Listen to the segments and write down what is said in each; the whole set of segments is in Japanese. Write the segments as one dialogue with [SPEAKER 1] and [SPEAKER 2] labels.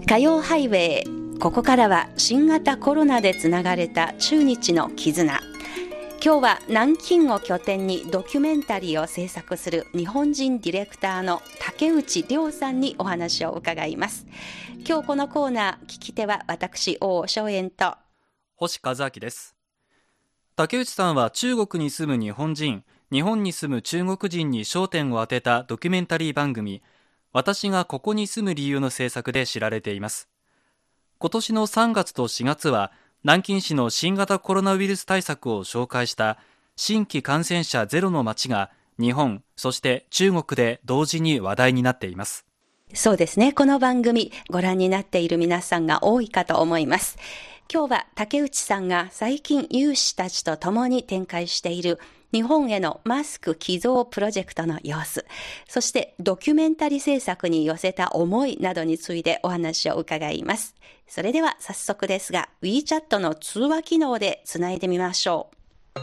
[SPEAKER 1] 火曜ハイウェイ、ここからは新型コロナでつながれた中日の絆。今日は南京を拠点にドキュメンタリーを制作する日本人ディレクターの竹内涼さんにお話を伺います。今日このコーナー、聞き手は私、王正円と
[SPEAKER 2] 星和明です。竹内さんは中国に住む日本人、日本に住む中国人に焦点を当てたドキュメンタリー番組、私がここに住む理由の制作で知られています。今年の3月と4月は、南京市の新型コロナウイルス対策を紹介した新規感染者ゼロの街が日本、そして中国で同時に話題になっています。
[SPEAKER 1] そうですね。この番組ご覧になっている皆さんが多いかと思います。今日は竹内さんが最近有志たちと共に展開している日本へのマスク寄贈プロジェクトの様子、そしてドキュメンタリー制作に寄せた思いなどについてお話を伺います。それでは早速ですが、WeChat の通話機能でつないでみましょう。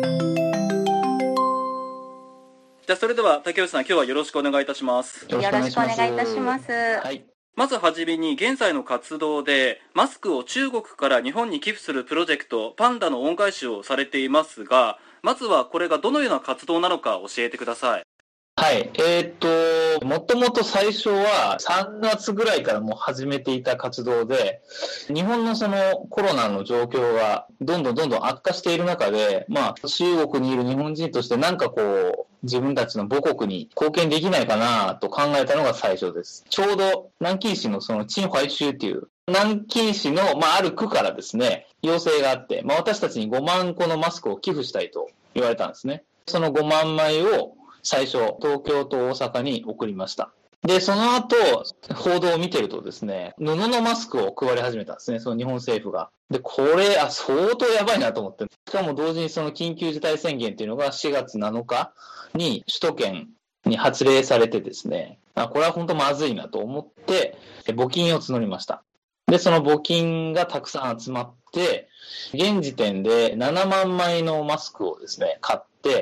[SPEAKER 2] じゃあそれでは竹内さん、今日はよろしくお願いいたします。
[SPEAKER 1] よろしくお願いいたします。
[SPEAKER 2] はい。まずはじめに、現在の活動でマスクを中国から日本に寄付するプロジェクトパンダの恩返しをされていますが、まずはこれがどのような活動なのか教えてください。
[SPEAKER 3] はい。もともと最初は3月ぐらいからもう始めていた活動で、日本のそのコロナの状況がどんどん悪化している中で、中国にいる日本人としてなんか自分たちの母国に貢献できないかなと考えたのが最初です。ちょうど南京市のその陳淮州っていう南京市のある区からですね、要請があって、私たちに5万個のマスクを寄付したいと言われたんですね。その5万枚を最初、東京と大阪に送りました。で、その後、報道を見てるとですね、布のマスクを配り始めたんですね、その日本政府が。で、これ、相当やばいなと思って。しかも同時にその緊急事態宣言っていうのが4月7日に首都圏に発令されてですね、これは本当まずいなと思って、募金を募りました。で、その募金がたくさん集まって、現時点で7万枚のマスクをですね、買って、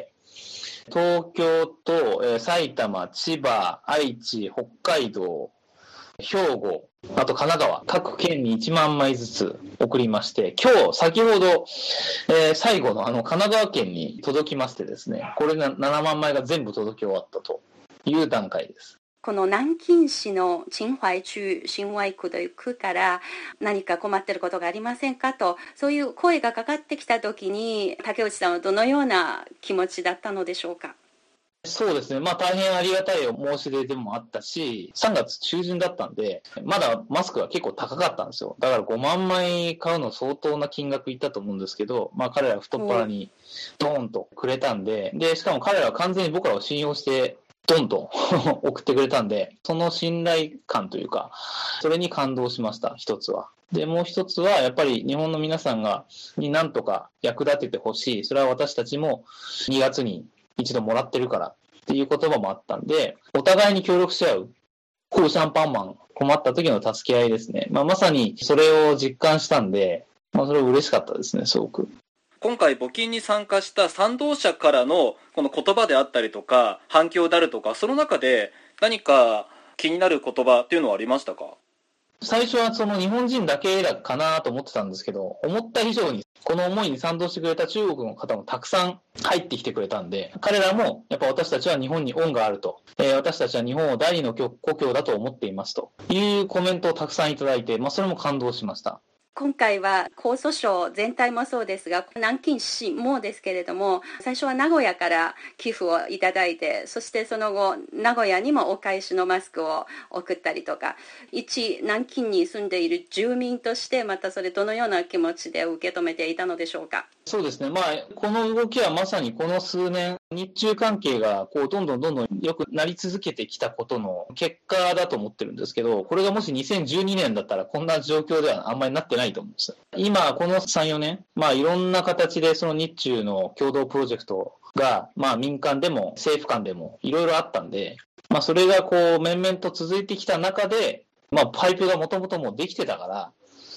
[SPEAKER 3] 東京と埼玉、千葉、愛知、北海道、兵庫、あと神奈川、各県に1万枚ずつ送りまして、先ほど、最後の神奈川県に届きましてですね、これが7万枚が全部届き終わったという段階です。
[SPEAKER 1] この南京市の陳淮中新淮区という区から何か困っていることがありませんかと、そういう声がかかってきたときに、竹内さんはどのような気持ちだったのでしょうか。
[SPEAKER 3] そうですね。大変ありがたい申し出でもあったし、3月中旬だったんで、まだマスクが結構高かったんですよ。だから5万枚買うの相当な金額いったと思うんですけど、彼ら太っ腹にドーンとくれたんで、しかも彼らは完全に僕らを信用して、どんどん送ってくれたんで、その信頼感というか、それに感動しました、一つは。で、もう一つは、やっぱり日本の皆さんになんとか役立ててほしい。それは私たちも2月に一度もらってるからっていう言葉もあったんで、お互いに協力し合う。互相パンマン、困った時の助け合いですね。まさにそれを実感したんで、それは嬉しかったですね、すごく。
[SPEAKER 2] 今回募金に参加した賛同者からのこの言葉であったりとか反響であるとか、その中で何か気になる言葉っていうのはありましたか？
[SPEAKER 3] 最初はその日本人だけかなと思ってたんですけど、思った以上にこの思いに賛同してくれた中国の方もたくさん入ってきてくれたんで、彼らもやっぱ私たちは日本に恩があると、私たちは日本を第二の故郷だと思っていますというコメントをたくさんいただいて、それも感動しました。
[SPEAKER 1] 今回は江蘇省全体もそうですが、南京市もですけれども、最初は名古屋から寄付をいただいて、そしてその後名古屋にもお返しのマスクを送ったりとか、一南京に住んでいる住民としてまたそれどのような気持ちで受け止めていたのでしょうか。
[SPEAKER 3] そうですね。この動きはまさにこの数年、日中関係がどんどん良くなり続けてきたことの結果だと思ってるんですけど、これがもし2012年だったらこんな状況ではあんまりなってないと思うんです。今、この3、4年、いろんな形でその日中の共同プロジェクトが、民間でも政府間でもいろいろあったんで、それが面々と続いてきた中で、パイプがもともともうできてたから、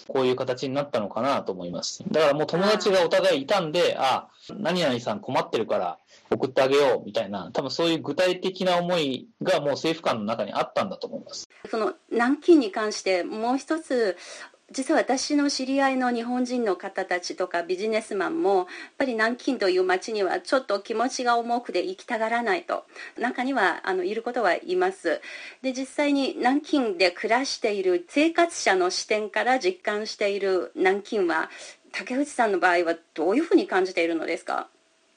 [SPEAKER 3] こういう形になったのかなと思います。だからもう友達がお互いいたんで、何々さん困ってるから送ってあげようみたいな、多分そういう具体的な思いがもう政府間の中にあったんだと思います。
[SPEAKER 1] その南京に関してもう一つ、実は私の知り合いの日本人の方たちとかビジネスマンもやっぱり南京という街にはちょっと気持ちが重くて行きたがらないと中にはいることはいます。で、実際に南京で暮らしている生活者の視点から実感している南京は、竹内さんの場合はどういうふうに感じているのですか？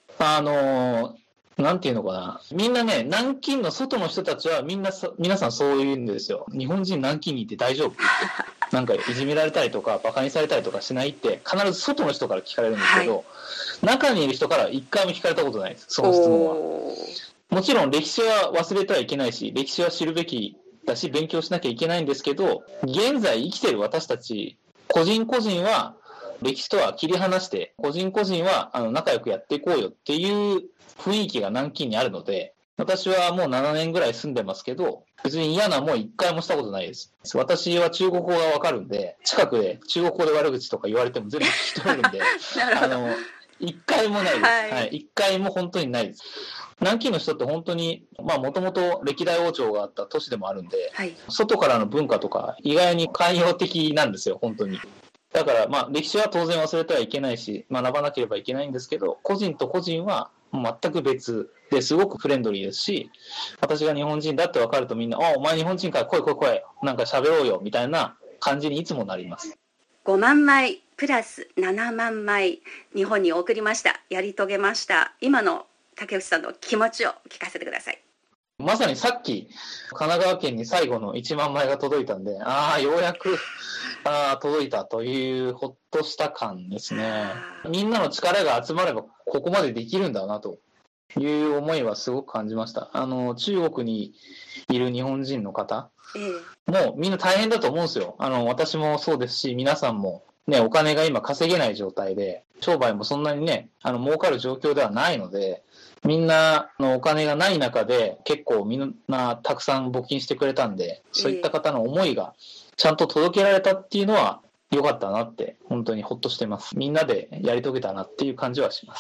[SPEAKER 3] なんていうのかな。みんなね、南京の外の人たちは皆さんそう言うんですよ。日本人南京に行って大丈夫ってなんかいじめられたりとかバカにされたりとかしないって必ず外の人から聞かれるんですけど、中にいる人から一回も聞かれたことないです、その質問は。もちろん歴史は忘れてはいけないし、歴史は知るべきだし勉強しなきゃいけないんですけど、現在生きてる私たち個人個人は歴史とは切り離して個人個人は仲良くやっていこうよっていう雰囲気が南京にあるので、私はもう7年ぐらい住んでますけど、別に嫌なもう一回もしたことないです。私は中国語がわかるんで、近くで中国語で悪口とか言われても全部聞き取れるんで一回もないです、一回も本当にないです。南京の人って本当にもともと歴代王朝があった都市でもあるんで、外からの文化とか意外に寛容的なんですよ、本当に。だから歴史は当然忘れてはいけないし学ばなければいけないんですけど、個人と個人は全く別ですごくフレンドリーですし、私が日本人だって分かるとみんなお前日本人か、来いなんか喋ろうよみたいな感じにいつもなります。
[SPEAKER 1] 5万枚プラス7万枚日本に送りました。やり遂げました。今の竹内さんの気持ちを聞かせてください。
[SPEAKER 3] まさにさっき神奈川県に最後の1万枚が届いたんで、ようやく届いたというほっとした感ですね。みんなの力が集まればここまでできるんだなという思いはすごく感じました。中国にいる日本人の方もみんな大変だと思うんですよ。私もそうですし、皆さんもね、お金が今稼げない状態で、商売もそんなにね儲かる状況ではないので、みんなのお金がない中で結構みんなたくさん募金してくれたんで、そういった方の思いがちゃんと届けられたっていうのは良かったなって、本当にほっとしてます。みんなでやり遂げたなっていう感じはします。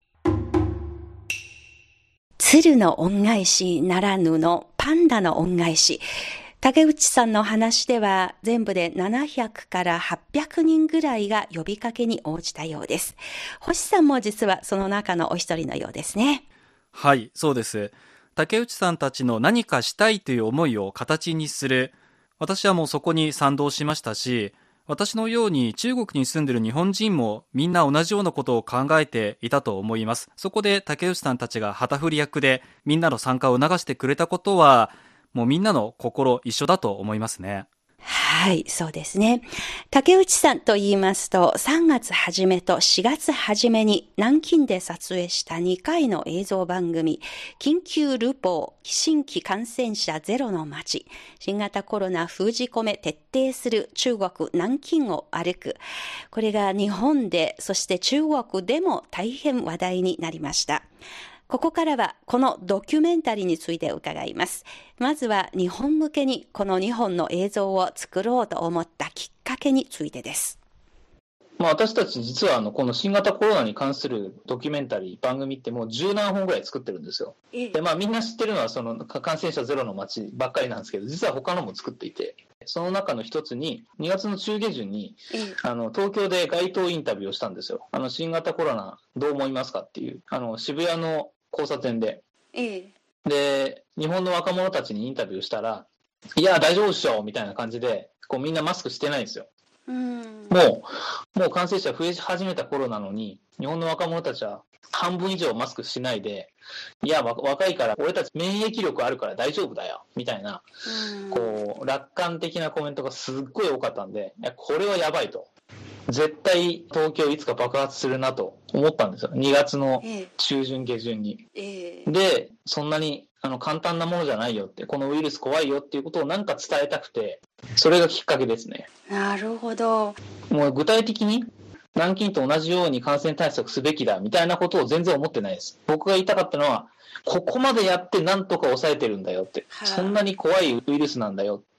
[SPEAKER 1] 鶴の恩返しならぬのパンダの恩返し。竹内さんの話では全部で700から800人ぐらいが呼びかけに応じたようです。星さんも実はその中のお一人のようですね。
[SPEAKER 2] はい、そうです。竹内さんたちの何かしたいという思いを形にする、私はもうそこに賛同しましたし、私のように中国に住んでいる日本人もみんな同じようなことを考えていたと思います。そこで竹内さんたちが旗振り役でみんなの参加を促してくれたことは、もうみんなの心一緒だと思いますね。
[SPEAKER 1] はい、そうですね。竹内さんと言いますと、3月初めと4月初めに南京で撮影した2回の映像番組、緊急ルポー、新規感染者ゼロの街、新型コロナ封じ込め徹底する中国南京を歩く。これが日本で、そして中国でも大変話題になりました。ここからはこのドキュメンタリーについて伺います。まずは日本向けにこの2本の映像を作ろうと思ったきっかけについてです。
[SPEAKER 3] 私たち実はこの新型コロナに関するドキュメンタリー番組ってもう10何本ぐらい作ってるんですよ。でみんな知ってるのはその感染者ゼロの街ばっかりなんですけど、実は他のも作っていて、その中の一つに2月の中下旬に東京で街頭インタビューをしたんですよ。新型コロナどう思いますかっていう渋谷の交差点で、で日本の若者たちにインタビューしたら、いや大丈夫っしょみたいな感じでみんなマスクしてないんですよ。もう感染者増え始めた頃なのに、日本の若者たちは半分以上マスクしないで、いや若いから俺たち免疫力あるから大丈夫だよみたいな楽観的なコメントがすっごい多かったんで、いやこれはやばいと、絶対東京いつか爆発するなと思ったんですよ、2月の中旬下旬に。でそんなに簡単なものじゃないよって、このウイルス怖いよっていうことをなんか伝えたくて、それがきっかけですね。
[SPEAKER 1] なるほど。
[SPEAKER 3] もう具体的に南京と同じように感染対策すべきだみたいなことを全然思ってないです。僕が言いたかったのは、ここまでやってなんとか抑えてるんだよって、そんなに怖いウイルスなんだよ、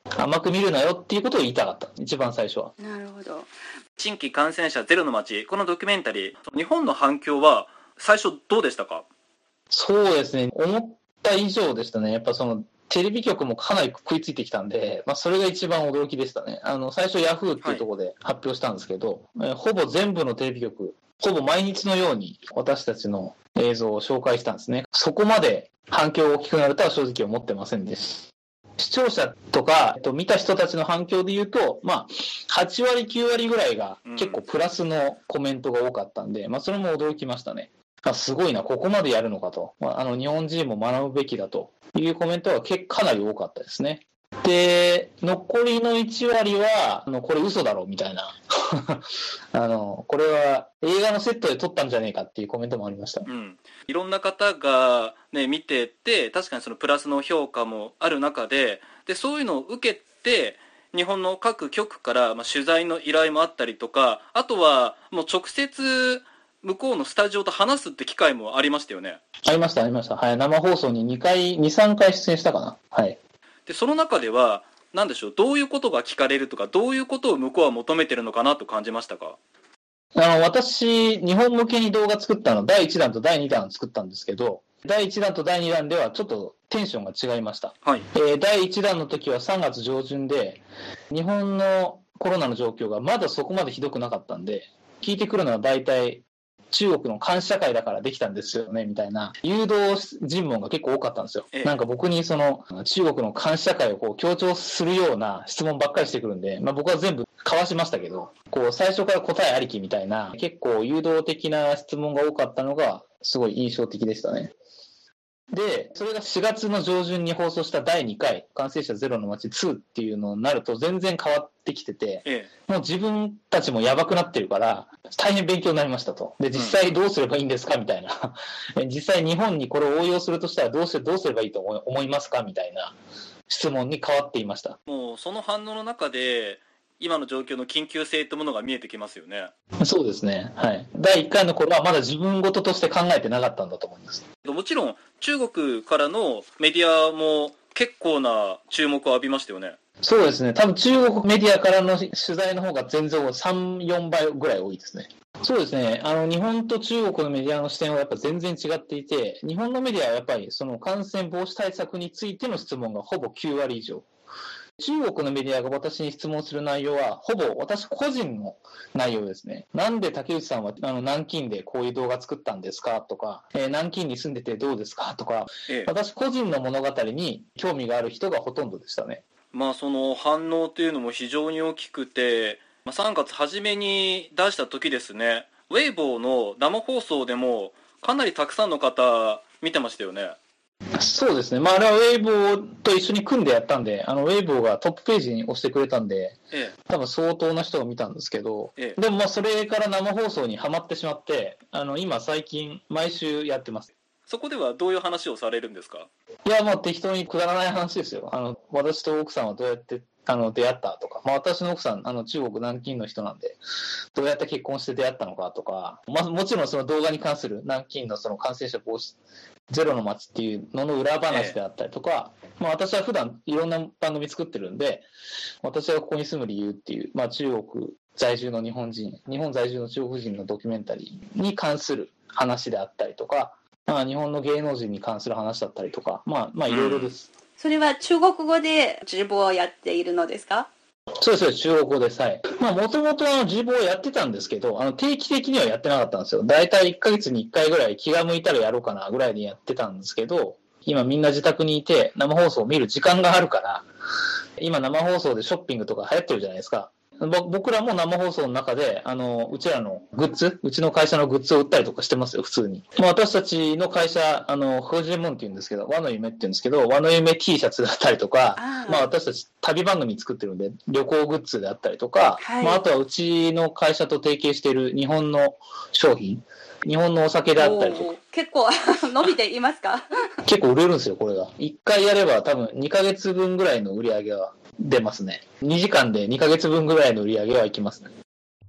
[SPEAKER 3] 甘く見るなよっていうことを言いたかった。一番最初は。
[SPEAKER 1] なるほど。
[SPEAKER 2] 新規感染者ゼロの街、このドキュメンタリー、日本の反響は最初どうでしたか？
[SPEAKER 3] そうですね。思った以上でしたね。やっぱテレビ局もかなり食いついてきたんで、それが一番驚きでしたね。最初ヤフーっていうところで発表したんですけど、ほぼ全部のテレビ局、ほぼ毎日のように私たちの映像を紹介したんですね。そこまで反響が大きくなるとは正直思ってませんでした。視聴者とか、見た人たちの反響で言うと、8割、9割ぐらいが結構プラスのコメントが多かったんで、それも驚きましたね。すごいな、ここまでやるのかと。日本人も学ぶべきだというコメントがかなり多かったですね。で、残りの1割は、これ嘘だろみたいな。これは映画のセットで撮ったんじゃねえかっていうコメントもありました。
[SPEAKER 2] いろんな方が、見てて、確かにそのプラスの評価もある中で、そういうのを受けて、日本の各局から、取材の依頼もあったりとか、あとはもう直接向こうのスタジオと話すって機会もありましたよね。
[SPEAKER 3] ありました。はい。生放送に2、3回出演したかな。はい。
[SPEAKER 2] で、その中では、なんでしょう、どういうことが聞かれるとか、どういうことを向こうは求めてるのかなと感じましたか？
[SPEAKER 3] 私、日本向けに動画作ったの、第1弾と第2弾を作ったんですけど、第1弾と第2弾ではちょっとテンションが違いました。
[SPEAKER 2] はい。
[SPEAKER 3] 第1弾の時は3月上旬で、日本のコロナの状況がまだそこまでひどくなかったんで、聞いてくるのは大体、中国の監視社会だからできたんですよねみたいな誘導尋問が結構多かったんですよ。なんか僕に中国の監視社会を強調するような質問ばっかりしてくるんで、僕は全部かわしましたけど、最初から答えありきみたいな結構誘導的な質問が多かったのがすごい印象的でしたね。で、それが4月の上旬に放送した第2回、感染者ゼロの街2っていうのになると全然変わってきてて、もう自分たちもやばくなってるから、大変勉強になりましたと。で、実際どうすればいいんですかみたいな。実際日本にこれを応用するとしたらどうすればいいと思いますかみたいな質問に変わっていました。
[SPEAKER 2] もうその反応の中で、今の状況の緊急性というものが見えてきますよね。
[SPEAKER 3] そうですね。はい。第1回の頃はまだ自分事として考えてなかったんだと思います。
[SPEAKER 2] もちろん中国からのメディアも結構な注目を浴びましたよね。
[SPEAKER 3] そうですね。多分中国メディアからの取材の方が全然3、4倍ぐらい多いですね。そうですね。日本と中国のメディアの視点はやっぱ全然違っていて、日本のメディアはやっぱりその感染防止対策についての質問がほぼ9割以上。中国のメディアが私に質問する内容はほぼ私個人の内容ですね。なんで竹内さんは南京でこういう動画作ったんですかとか、南京に住んでてどうですかとか、私個人の物語に興味がある人がほとんどでしたね。
[SPEAKER 2] その反応というのも非常に大きくて、3月初めに出した時ですね、ウェイボーの生放送でもかなりたくさんの方見てましたよね。
[SPEAKER 3] そうですね。あれはウェイボーと一緒に組んでやったんで、ウェイボーがトップページに押してくれたんで、多分相当な人が見たんですけど、でもそれから生放送にはまってしまって、今最近毎週やってます。
[SPEAKER 2] そこではどういう話をされるんですか？
[SPEAKER 3] いや、もう適当にくだらない話ですよ。私と奥さんはどうやって出会ったとか、私の奥さん中国南京の人なんでどうやって結婚して出会ったのかとか、もちろんその動画に関する南京のその感染者防止ゼロの街っていうのの裏話であったりとか、私は普段いろんな番組作ってるんで、私がここに住む理由っていう、中国在住の日本在住の中国人のドキュメンタリーに関する話であったりとか、日本の芸能人に関する話だったりとか、いろいろです。
[SPEAKER 1] それは中国語で直播をやっているのですか？
[SPEAKER 3] そうです、中国語です。はい。もともと直播をやってたんですけど、定期的にはやってなかったんですよ。だいたい1ヶ月に1回ぐらい気が向いたらやろうかなぐらいでやってたんですけど、今みんな自宅にいて生放送を見る時間があるから、今生放送でショッピングとか流行ってるじゃないですか。僕らも生放送の中で、うちらのグッズ、うちの会社のグッズを売ったりとかしてますよ、普通に。私たちの会社、フジモンって言うんですけど、和の夢って言うんですけど、和の夢 T シャツだったりとか、私たち旅番組作ってるんで、旅行グッズであったりとか、あとはうちの会社と提携している日本の商品、日本のお酒であったりとか。
[SPEAKER 1] 結構伸びていますか？
[SPEAKER 3] 結構売れるんですよ、これが。1回やれば多分2ヶ月分ぐらいの売り上げは出ますね。2時間で2ヶ月分ぐらいの売り上げはいきますね。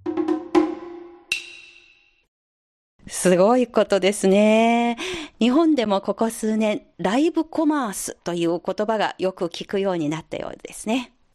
[SPEAKER 1] すごいことですね。日本でもここ数年、ライブコマースという言葉がよく聞くようになったようですね。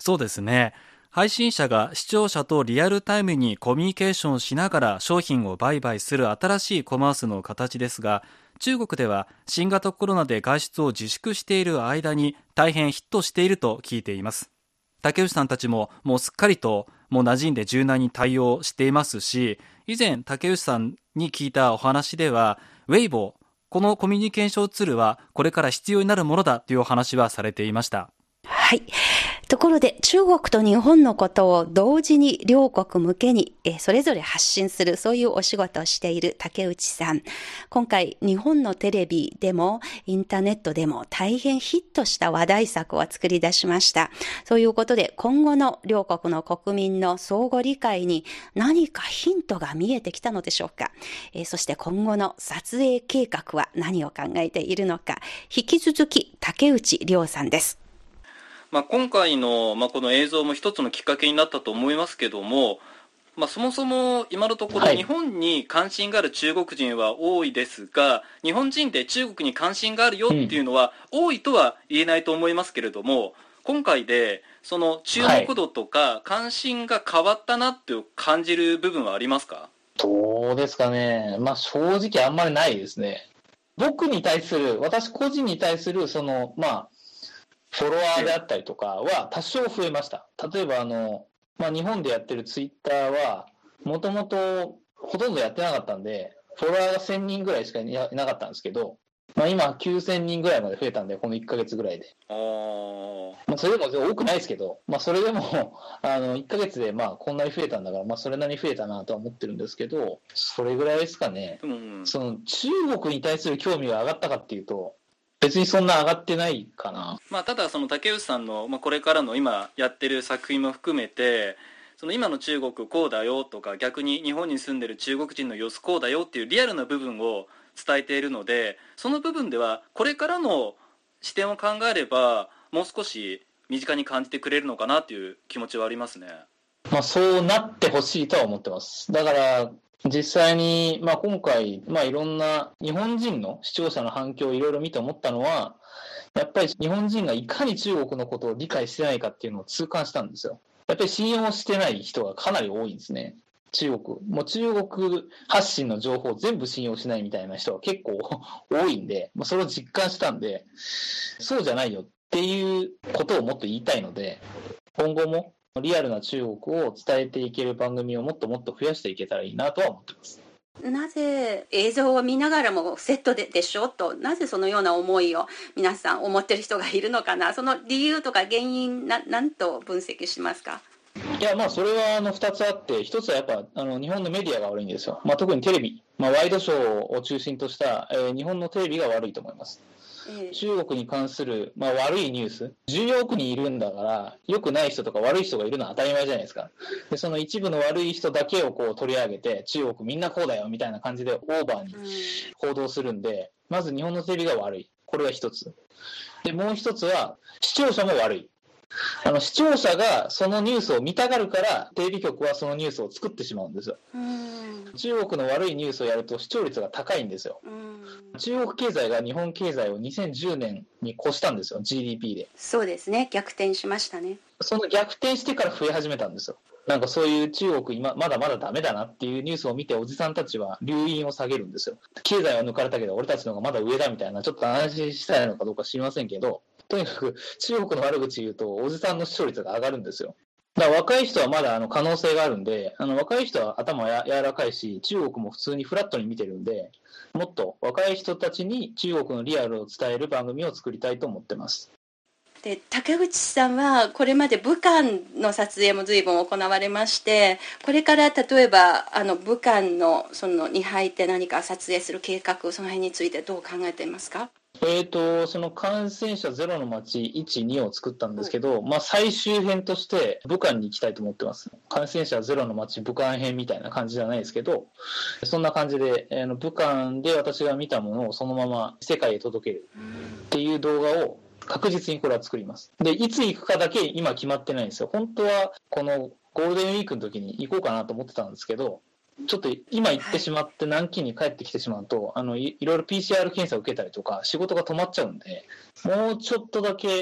[SPEAKER 2] そうですね。配信者が視聴者とリアルタイムにコミュニケーションしながら商品を売買する新しいコマースの形ですが、中国では新型コロナで外出を自粛している間に大変ヒットしていると聞いています。竹内さんたちももうすっかりと馴染んで柔軟に対応していますし、以前竹内さんに聞いたお話では、ウェイボー、このコミュニケーションツールはこれから必要になるものだというお話はされていました。
[SPEAKER 1] はい。ところで中国と日本のことを同時に両国向けにそれぞれ発信する、そういうお仕事をしている竹内さん。今回日本のテレビでもインターネットでも大変ヒットした話題作を作り出しました。そういうことで今後の両国の国民の相互理解に何かヒントが見えてきたのでしょうか。そして今後の撮影計画は何を考えているのか。引き続き竹内涼さんです。
[SPEAKER 2] 今回の、この映像も一つのきっかけになったと思いますけども、そもそも今のところ日本に関心がある中国人は多いですが、日本人で中国に関心があるよっていうのは多いとは言えないと思いますけれども、今回でその注目度とか関心が変わったなって感じる部分はありますか？
[SPEAKER 3] どうですかね。正直あんまりないですね。僕に対する、私個人に対するフォロワーであったりとかは多少増えました。例えば日本でやってるツイッターはもともとほとんどやってなかったんで、フォロワーが1000人ぐらいしかいなかったんですけど、今9000人ぐらいまで増えたんで、この1ヶ月ぐらいで。それでも多くないですけど、それでも1ヶ月でこんなに増えたんだから、それなりに増えたなとは思ってるんですけど、それぐらいですかね。その中国に対する興味が上がったかっていうと、別にそんな上がってないかな。
[SPEAKER 2] ただその竹内さんの、これからの今やってる作品も含めて、その今の中国こうだよとか、逆に日本に住んでる中国人の様子こうだよっていうリアルな部分を伝えているので、その部分ではこれからの視点を考えればもう少し身近に感じてくれるのかなっていう気持ちはありますね。
[SPEAKER 3] そうなってほしいとは思ってます。だから実際に、今回、いろんな日本人の視聴者の反響をいろいろ見て思ったのは、やっぱり日本人がいかに中国のことを理解してないかっていうのを痛感したんですよ。やっぱり信用してない人がかなり多いんですね。中国発信の情報を全部信用しないみたいな人が結構多いんで、それを実感したんで、そうじゃないよっていうことをもっと言いたいので、今後もリアルな中国を伝えていける番組をもっともっと増やしていけたらいいなとは思ってます。
[SPEAKER 1] なぜ映像を見ながらもセットでしょと、なぜそのような思いを皆さん思ってる人がいるのかな。その理由とか原因何と分析しますか？
[SPEAKER 3] いやそれは2つあって、1つはやっぱ日本のメディアが悪いんですよ。特にテレビ、ワイドショーを中心とした、日本のテレビが悪いと思います。中国に関する、悪いニュース、14億人いるんだから良くない人とか悪い人がいるのは当たり前じゃないですか。でその一部の悪い人だけを取り上げて、中国みんなこうだよみたいな感じでオーバーに報道するんで、まず日本のテレビが悪い、これが一つで、もう一つは視聴者も悪い。視聴者がそのニュースを見たがるからテレビ局はそのニュースを作ってしまうんですよ。中国の悪いニュースをやると視聴率が高いんですよ。中国経済が日本経済を2010年に越したんですよ、 GDP で。
[SPEAKER 1] そうですね、逆転しましたね。
[SPEAKER 3] その逆転してから増え始めたんですよ。そういう中国今まだまだダメだなっていうニュースを見て、おじさんたちは留飲を下げるんですよ。経済は抜かれたけど俺たちの方がまだ上だみたいな、ちょっと安心したいのかどうか知りませんけど、とにかく中国の悪口言うとおじさんの視聴率が上がるんですよ。だから若い人はまだ可能性があるんで、若い人は頭や柔らかいし、中国も普通にフラットに見てるんで、もっと若い人たちに中国のリアルを伝える番組を作りたいと思ってます。
[SPEAKER 1] で、竹内さんはこれまで武漢の撮影も随分行われまして、これから例えば武漢のに入って何か撮影する計画、その辺についてどう考えていますか？
[SPEAKER 3] その感染者ゼロの街1、2を作ったんですけど、最終編として武漢に行きたいと思ってます。感染者ゼロの街武漢編みたいな感じじゃないですけど、そんな感じで武漢で私が見たものをそのまま世界へ届けるっていう動画を確実にこれは作ります。で、いつ行くかだけ今決まってないんですよ。本当はこのゴールデンウィークの時に行こうかなと思ってたんですけど、ちょっと今行ってしまって南京に帰ってきてしまうと、いろいろ PCR 検査を受けたりとか仕事が止まっちゃうんで、もうちょっとだけ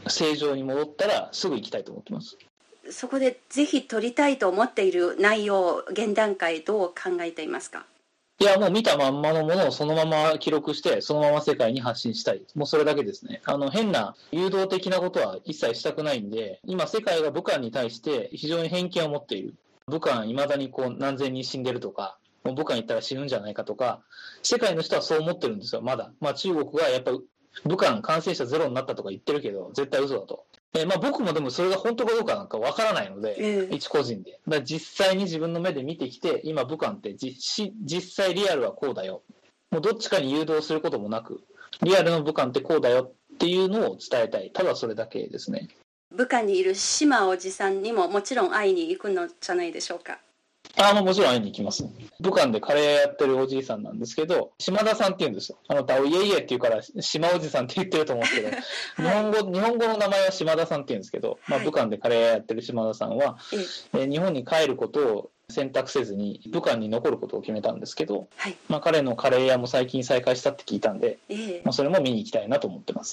[SPEAKER 3] 正常に戻ったらすぐ行きたいと思ってます。
[SPEAKER 1] そこでぜひ撮りたいと思っている内容、現段階どう考えていますか？
[SPEAKER 3] いや、もう見たまんまのものをそのまま記録して、そのまま世界に発信したい。もうそれだけですね。変な誘導的なことは一切したくないんで、今世界が武漢に対して非常に偏見を持っている。武漢未だに何千人死んでるとか、もう武漢行ったら死ぬんじゃないかとか、世界の人はそう思ってるんですよ、まだ。中国がやっぱ武漢感染者ゼロになったとか言ってるけど、絶対嘘だと。僕もでもそれが本当かどうかなんかわからないので、一個人で。だから実際に自分の目で見てきて、今武漢って実際リアルはこうだよ。もうどっちかに誘導することもなく、リアルの武漢ってこうだよっていうのを伝えたい。ただそれだけですね。
[SPEAKER 1] 武漢にいる島おじさんにももちろん会いに行くのじゃないでしょうか？
[SPEAKER 3] もちろん会いに行きます。武漢でカレーやってるおじいさんなんですけど、島田さんって言うんですよ。いえいえって言うから、島おじさんって言ってると思うんですけど、はい、日本語の名前は島田さんって言うんですけど、武漢でカレーやってる島田さんは、日本に帰ることを選択せずに、武漢に残ることを決めたんですけど、はい、彼のカレー屋も最近再開したって聞いたんで、それも見に行きたいなと思ってます。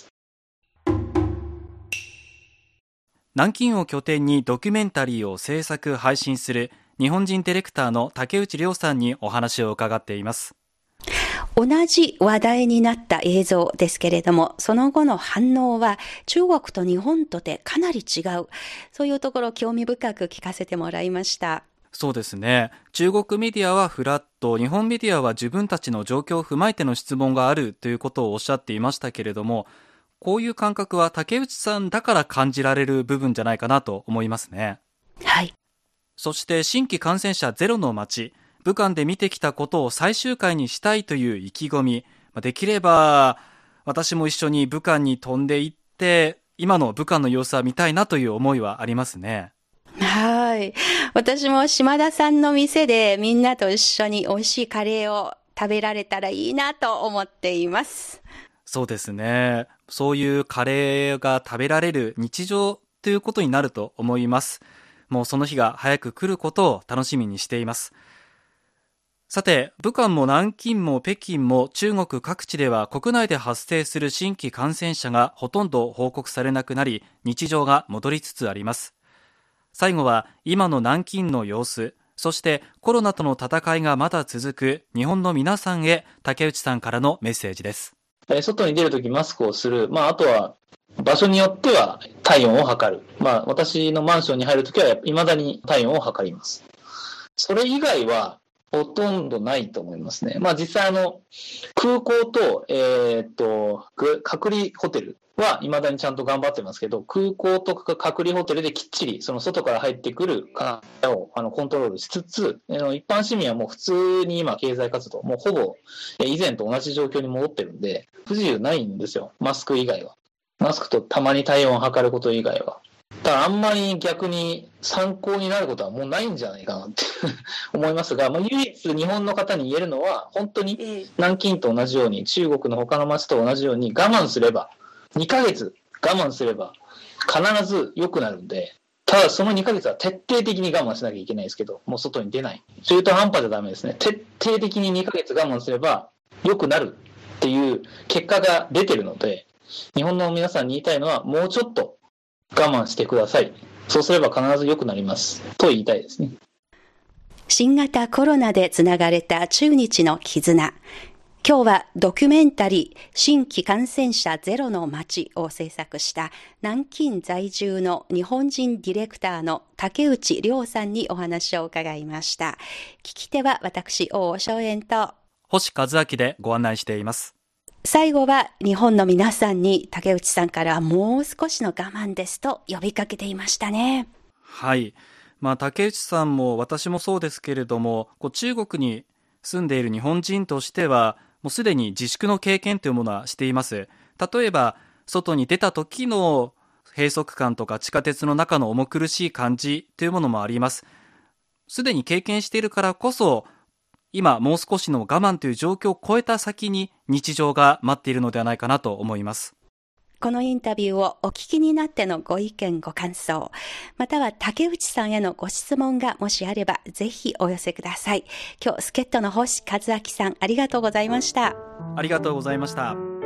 [SPEAKER 2] 南京を拠点にドキュメンタリーを制作配信する日本人ディレクターの竹内涼さんにお話を伺っています。
[SPEAKER 1] 同じ話題になった映像ですけれども、その後の反応は中国と日本とでかなり違う。そういうところを興味深く聞かせてもらいました。
[SPEAKER 2] そうですね。中国メディアはフラット、日本メディアは自分たちの状況を踏まえての質問があるということをおっしゃっていましたけれども、こういう感覚は竹内さんだから感じられる部分じゃないかなと思いますね。
[SPEAKER 1] はい。
[SPEAKER 2] そして新規感染者ゼロの街、武漢で見てきたことを最終回にしたいという意気込み、できれば私も一緒に武漢に飛んで行って今の武漢の様子は見たいなという思いはありますね。
[SPEAKER 1] はい。私も島田さんの店でみんなと一緒に美味しいカレーを食べられたらいいなと思っています。
[SPEAKER 2] そうですね。そういうカレーが食べられる日常ということになると思います。もうその日が早く来ることを楽しみにしています。さて、武漢も南京も北京も中国各地では国内で発生する新規感染者がほとんど報告されなくなり、日常が戻りつつあります。最後は今の南京の様子、そしてコロナとの戦いがまだ続く日本の皆さんへ竹内さんからのメッセージです。
[SPEAKER 3] 外に出るときマスクをする。あとは場所によっては体温を測る。私のマンションに入るときは未だに体温を測ります。それ以外はほとんどないと思いますね。実際空港と、隔離ホテルは未だにちゃんと頑張ってますけど、空港とか隔離ホテルできっちりその外から入ってくる感染をコントロールしつつ、一般市民はもう普通に今経済活動、もうほぼ以前と同じ状況に戻ってるんで、不自由ないんですよ、マスク以外は。マスクとたまに体温を測ること以外は。だからあんまり逆に参考になることはもうないんじゃないかなって思いますが、唯一日本の方に言えるのは、本当に南京と同じように、中国の他の町と同じように我慢すれば、2ヶ月我慢すれば必ず良くなるんで、ただその2ヶ月は徹底的に我慢しなきゃいけないですけど、もう外に出ない。中途半端じゃダメですね。徹底的に2ヶ月我慢すれば良くなるっていう結果が出てるので、日本の皆さんに言いたいのは、もうちょっと我慢してください。そうすれば必ず良くなりますと言いたいですね。
[SPEAKER 1] 新型コロナでつながれた中日の絆。今日はドキュメンタリー新規感染者ゼロの街を制作した南京在住の日本人ディレクターの竹内涼さんにお話を伺いました。聞き手は私、大正円と
[SPEAKER 2] 星和明でご案内しています。
[SPEAKER 1] 最後は日本の皆さんに竹内さんからもう少しの我慢ですと呼びかけていましたね。
[SPEAKER 2] はい。竹内さんも私もそうですけれども、中国に住んでいる日本人としては、もうすでに自粛の経験というものはしています。例えば、外に出た時の閉塞感とか地下鉄の中の重苦しい感じというものもあります。すでに経験しているからこそ、今もう少しの我慢という状況を超えた先に日常が待っているのではないかなと思います。
[SPEAKER 1] このインタビューをお聞きになってのご意見ご感想、または竹内さんへのご質問がもしあればぜひお寄せください。今日助っ人の星和明さんありがとうございました。
[SPEAKER 2] ありがとうございました。